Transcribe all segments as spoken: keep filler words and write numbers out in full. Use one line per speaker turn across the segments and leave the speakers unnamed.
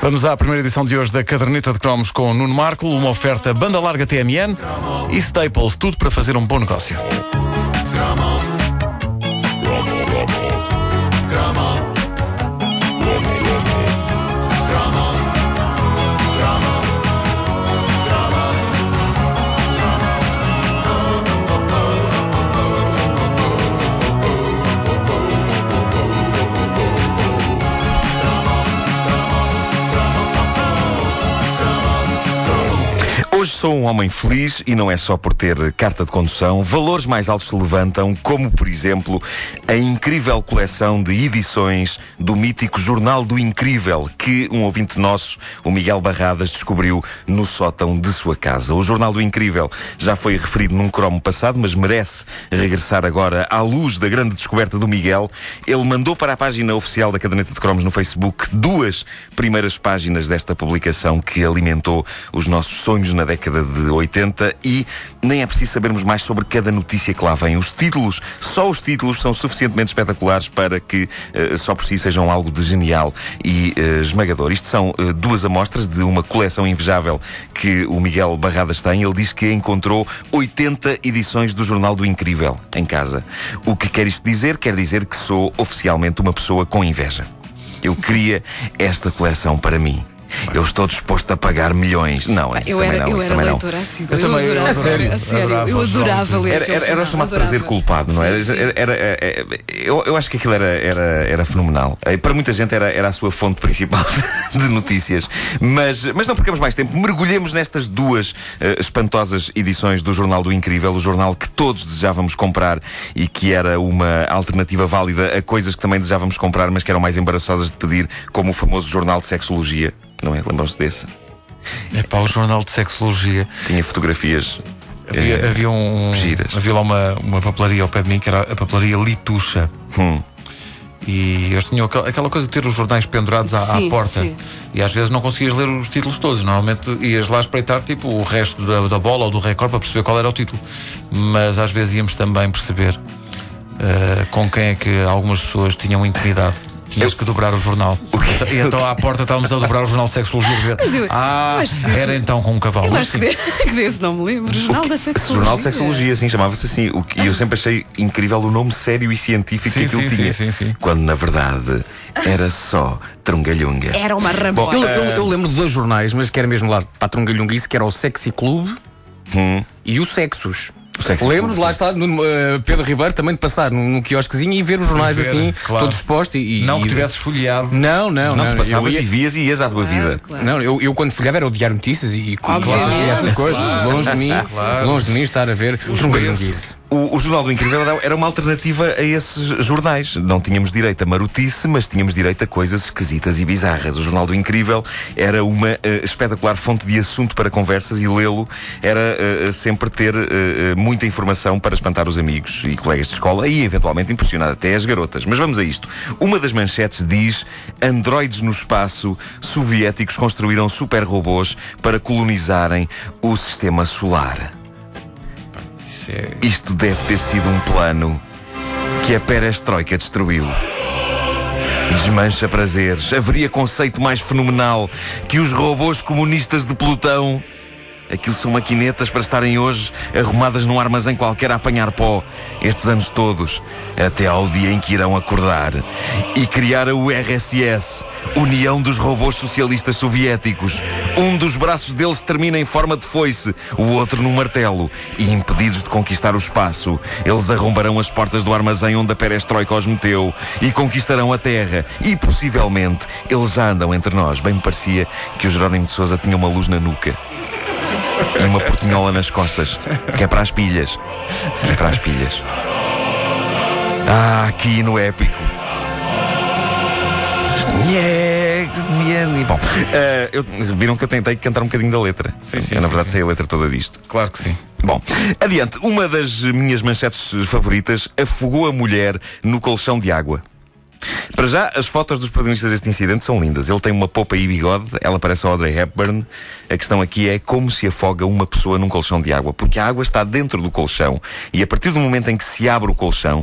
Vamos à primeira edição de hoje da Caderneta de Cromos com Nuno Marco, uma oferta banda larga T M N e Staples, tudo para fazer um bom negócio.
Hoje sou um homem feliz e não é só por ter carta de condução. Valores mais altos se levantam, como, por exemplo, a incrível coleção de edições do mítico Jornal do Incrível, que um ouvinte nosso, o Miguel Barradas, descobriu no sótão de sua casa. O Jornal do Incrível já foi referido num cromo passado, mas merece regressar agora à luz da grande descoberta do Miguel. Ele mandou para a página oficial da Caderneta de Cromos no Facebook duas primeiras páginas desta publicação que alimentou os nossos sonhos na década de oitenta e nem é preciso sabermos mais sobre cada notícia que lá vem. Os títulos, só os títulos são suficientemente espetaculares para que uh, só por si sejam algo de genial e uh, esmagador. Isto são uh, duas amostras de uma coleção invejável que o Miguel Barradas tem. Ele diz que encontrou oitenta edições do Jornal do Incrível em casa. O que quer isto dizer? Quer dizer que sou oficialmente uma pessoa com inveja. Eu queria esta coleção para mim. Eu estou disposto a pagar milhões. Não, isso
eu era,
não,
eu
isso
era
também
leitora
não.
assídua.
Eu, eu também,
adorava,
a sério,
a sério,
adorava
eu adorava ler.
Era, era, era o chamado
adorava.
prazer culpado, não é?
Sim, sim.
Era, era, era, era, eu, eu acho que aquilo era, era, era fenomenal. Para muita gente era, era a sua fonte principal de notícias. Mas, mas não percamos mais tempo. Mergulhemos nestas duas uh, espantosas edições do Jornal do Incrível, o jornal que todos desejávamos comprar e que era uma alternativa válida a coisas que também desejávamos comprar, mas que eram mais embaraçosas de pedir, como o famoso Jornal de Sexologia. Não é? Lembram-se desse?
É pá, o Jornal de Sexologia.
Tinha fotografias.
Havia,
eh,
havia, um,
giras.
havia lá uma, uma papelaria ao pé de mim, que era a papelaria Litucha.
Hum.
E eles tinham aquel- aquela coisa de ter os jornais pendurados à,
Sim,
à porta.
sim.
E às vezes não conseguias ler os títulos todos. Normalmente ias lá espreitar tipo o resto da, da bola ou do Record para perceber qual era o título. Mas às vezes íamos também perceber eh, com quem é que algumas pessoas tinham intimidade. Tinhas que dobrar o jornal. E então à porta estávamos a dobrar o jornal de Sexologia a ver.
Mas eu-
Ah,
eu acho que
era então com um cavalo.
Eu acho
Sim.
que de- que desse não me lembro. Jornal da Sexologia.
Jornal de Sexologia, sim, chamava-se assim. O que- E eu sempre achei incrível o nome sério e científico
Sim,
que aquilo
sim,
tinha.
sim, sim, sim.
Quando na verdade era só trungalhunga.
Era uma
Eu,
ramboia.
eu, eu lembro de dois jornais, mas que era mesmo lá para a Trungalhunguice, que era o Sexy Club
Hum.
e o Sexos.
O Sexy
Lembro
Club,
de lá
sim.
estar no, uh, Pedro Ribeiro também de passar no, no quiosquezinho e ver os jornais
Ver,
assim,
claro.
todos expostos e, e-
Não que
e-
tivesses folheado.
Não, não,
Não,
não.
tu passavas
eu,
e
ia,
vias e ias à tua vida.
Claro.
não eu, eu quando folhava era o Diário Notícias e
Obviamente,
e essas coisas.
claro.
Longe de mim,
Claro.
longe de mim estar a ver os Trungalhunguice.
O, o Jornal do Incrível era, era uma alternativa a esses jornais. Não tínhamos direito a marotice, mas tínhamos direito a coisas esquisitas e bizarras. O Jornal do Incrível era uma uh, espetacular fonte de assunto para conversas e lê-lo era uh, sempre ter uh, muita informação para espantar os amigos e colegas de escola e eventualmente impressionar até as garotas. Mas vamos a isto. Uma das manchetes diz: androides no espaço, soviéticos construíram super robôs para colonizarem o sistema solar.
Isso é...
Isto deve ter sido um plano que a perestroika destruiu. Desmancha prazeres. Haveria conceito mais fenomenal que os robôs comunistas de Plutão. Aquilo são maquinetas para estarem hoje arrumadas num armazém qualquer a apanhar pó estes anos todos, até ao dia em que irão acordar e criar a U R S S, União dos Robôs Socialistas Soviéticos. Um dos braços deles termina em forma de foice, o outro num martelo. E impedidos de conquistar o espaço, eles arrombarão as portas do armazém onde a perestroika os meteu e conquistarão a Terra. E possivelmente eles já andam entre nós. Bem me parecia que o Jerónimo de Sousa tinha uma luz na nuca e uma portinhola nas costas, que é para as pilhas. É para as pilhas. Ah, aqui no épico. Bom, uh, eu, viram que eu tentei cantar um bocadinho da letra.
Sim, sim,
eu, na
sim,
verdade,
sim.
sei a letra toda disto.
Claro que sim.
Bom, adiante. Uma das minhas manchetes favoritas: afogou a mulher no colchão de água. Para já, as fotos dos protagonistas deste incidente são lindas. Ele tem uma popa e bigode, ela parece a Audrey Hepburn. A questão aqui é como se afoga uma pessoa num colchão de água. Porque a água está dentro do colchão e a partir do momento em que se abre o colchão,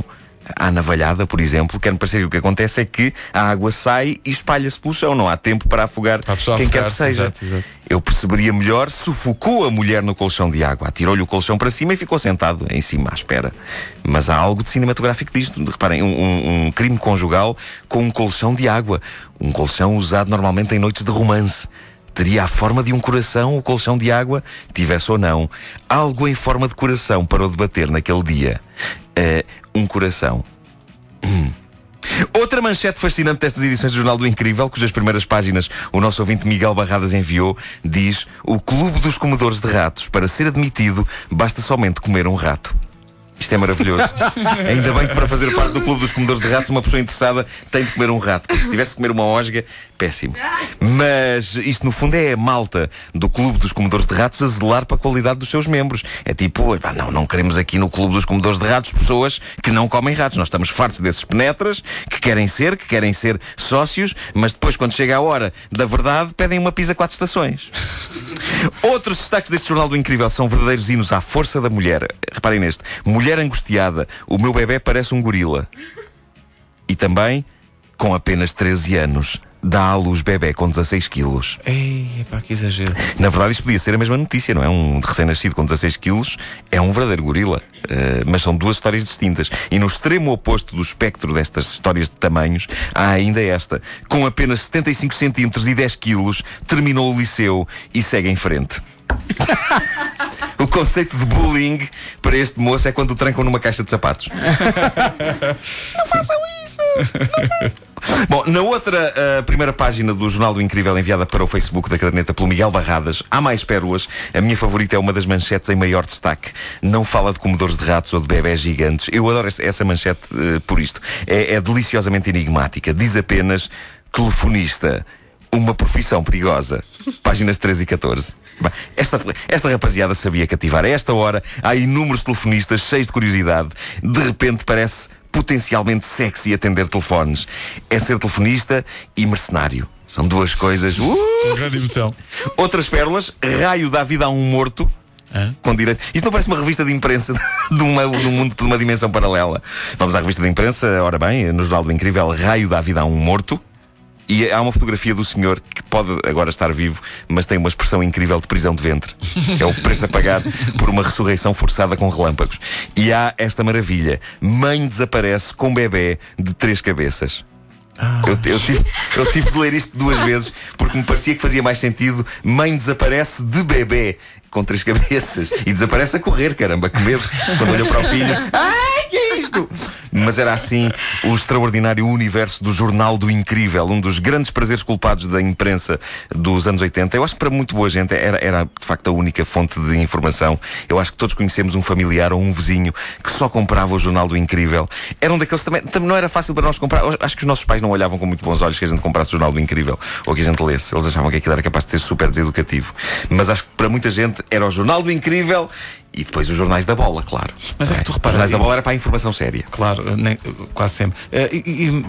à navalhada, por exemplo, quer-me parecer que o que acontece é que a água sai e espalha-se pelo chão. Não há tempo para afogar quem quer que seja.
Exato, exato.
Eu perceberia melhor, sufocou a mulher no colchão de água, atirou-lhe o colchão para cima e ficou sentado em cima à espera. Mas há algo de cinematográfico disto. Reparem, um, um, um crime conjugal com um colchão de água. Um colchão usado normalmente em noites de romance. Teria a forma de um coração o colchão de água, tivesse ou não. Algo em forma de coração parou de bater naquele dia. Uh, um coração. Hum. Outra manchete fascinante destas edições do Jornal do Incrível, cujas primeiras páginas o nosso ouvinte Miguel Barradas enviou, diz: o Clube dos Comedores de Ratos, para ser admitido, basta somente comer um rato. Isto é maravilhoso. Ainda bem que para fazer parte do Clube dos Comedores de Ratos uma pessoa interessada tem de comer um rato, porque se tivesse de comer uma osga, péssimo. Mas isto no fundo é a malta do Clube dos Comedores de Ratos a zelar para a qualidade dos seus membros. É tipo, epá, não, não queremos aqui no Clube dos Comedores de Ratos pessoas que não comem ratos. Nós estamos fartos desses penetras que querem ser, que querem ser sócios, mas depois quando chega a hora da verdade pedem uma pizza quatro estações. Outros destaques deste Jornal do Incrível são verdadeiros hinos à força da mulher. Reparem neste: mulher angustiada, o meu bebê parece um gorila. E também, com apenas treze anos, dá à luz bebê com dezasseis quilos.
Ei, pá, que exagero.
Na verdade, isto podia ser a mesma notícia, não é? Um recém-nascido com dezasseis quilos é um verdadeiro gorila. Uh, mas são duas histórias distintas. E no extremo oposto do espectro destas histórias de tamanhos, há ainda esta. Com apenas setenta e cinco centímetros e dez quilos, terminou o liceu e segue em frente. O conceito de bullying para este moço é quando o trancam numa caixa de sapatos. Não façam isso! Não façam. Bom, na outra uh, primeira página do Jornal do Incrível, enviada para o Facebook da Caderneta pelo Miguel Barradas, há mais pérolas. A minha favorita é uma das manchetes em maior destaque. Não fala de comedores de ratos ou de bebés gigantes. Eu adoro essa manchete uh, por isto. É, é deliciosamente enigmática. Diz apenas: telefonista, uma profissão perigosa. Páginas treze e catorze. Esta, esta rapaziada sabia cativar. A esta hora há inúmeros telefonistas cheios de curiosidade. De repente parece potencialmente sexy atender telefones. É ser telefonista e mercenário. São duas coisas. Uh!
Com grande emoção.
Outras pérolas: raio dá vida a um morto.
Hã?
Com direito. Isto não parece uma revista de imprensa de, uma, de um mundo de uma dimensão paralela. Vamos à revista de imprensa. Ora bem, no Jornal do Incrível, raio dá vida a um morto. E há uma fotografia do senhor que pode agora estar vivo, mas tem uma expressão incrível de prisão de ventre. É o preço a pagar por uma ressurreição forçada com relâmpagos. E há esta maravilha: mãe desaparece com bebê de três cabeças. Ah. Eu, eu, tive, eu tive de ler isto duas vezes porque me parecia que fazia mais sentido. Mãe desaparece de bebê com três cabeças. E desaparece a correr, caramba, que medo. Quando olha para o filho: ai, que é isto? Mas era assim o extraordinário universo do Jornal do Incrível, um dos grandes prazeres culpados da imprensa dos anos oitenta. Eu acho que para muito boa gente era, era de facto a única fonte de informação. Eu acho que todos conhecemos um familiar ou um vizinho que só comprava o Jornal do Incrível. Era um daqueles também, também não era fácil para nós comprar. Acho que os nossos pais não olhavam com muito bons olhos que a gente comprasse o Jornal do Incrível ou que a gente lesse. Eles achavam que aquilo era capaz de ser super deseducativo. Mas acho que para muita gente era o Jornal do Incrível e depois os jornais da bola, claro.
Mas é que tu
Os
reparas,
jornais da bola era para a informação séria.
Claro, nem, quase sempre. Uh, e,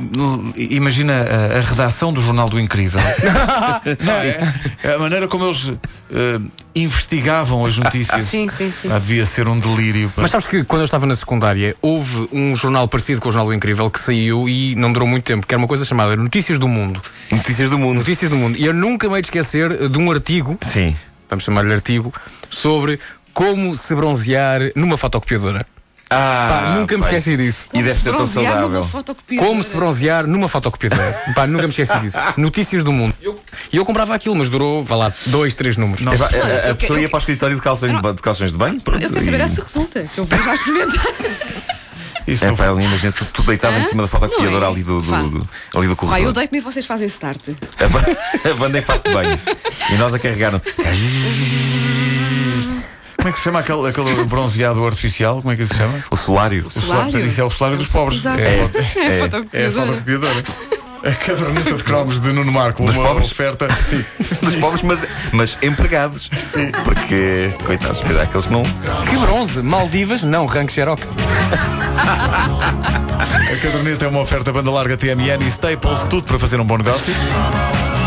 e, imagina a, a redação do Jornal do Incrível. Não, é, a maneira como eles uh, investigavam as notícias.
Sim, sim, sim.
Ah, devia ser um delírio. Pá.
Mas sabes que quando eu estava na secundária houve um jornal parecido com o Jornal do Incrível que saiu e não durou muito tempo, que era uma coisa chamada Notícias do Mundo.
Notícias do mundo.
Notícias do Mundo. E eu nunca me hei de esquecer de um artigo,
Sim.
vamos chamar-lhe artigo, sobre como se bronzear numa fotocopiadora.
Ah,
Pá, nunca me
pois.
esqueci disso.
E deve ser tão
Bronzear
saudável.
numa fotocopiadora.
Como se bronzear numa fotocopiadora. Pá, nunca me esqueci disso. Notícias do Mundo. E eu, eu comprava aquilo, mas durou, vá lá, dois, três números.
Não.
Epá, a, a
eu
pessoa
quero-
ia para o escritório de calções, de, de calções de banho. Pronto,
Eu quero saber
e-
se resulta, que eu vou já experimentar.
Isto
É
não
pá,
foi-
ali, imagina, tudo, tudo deitado
Hã?
em cima da fotocopiadora
Não é?
ali do, do,
Vá.
do, ali do
Vai, eu
corredor.
deito-me e vocês fazem start.
A, ba- a banda em fato de banho. E nós a carregar.
Como é que se chama aquele, aquele bronzeado artificial? Como é que se chama?
O solário.
O solário. Isso é o solário dos pobres.
Exato.
É,
É,
a-
a
é a
fotocopiadora.
fotocopiadora. A caderneta de cromos de Nuno Marco.
Dos
Uma
pobres?
oferta. Sim.
Dos pobres, mas, mas empregados. Sim. Porque, coitados, há aqueles que não.
Que bronze! Maldivas, não, rank Xerox.
A caderneta é uma oferta banda larga T M N e Staples. Tudo para fazer um bom negócio.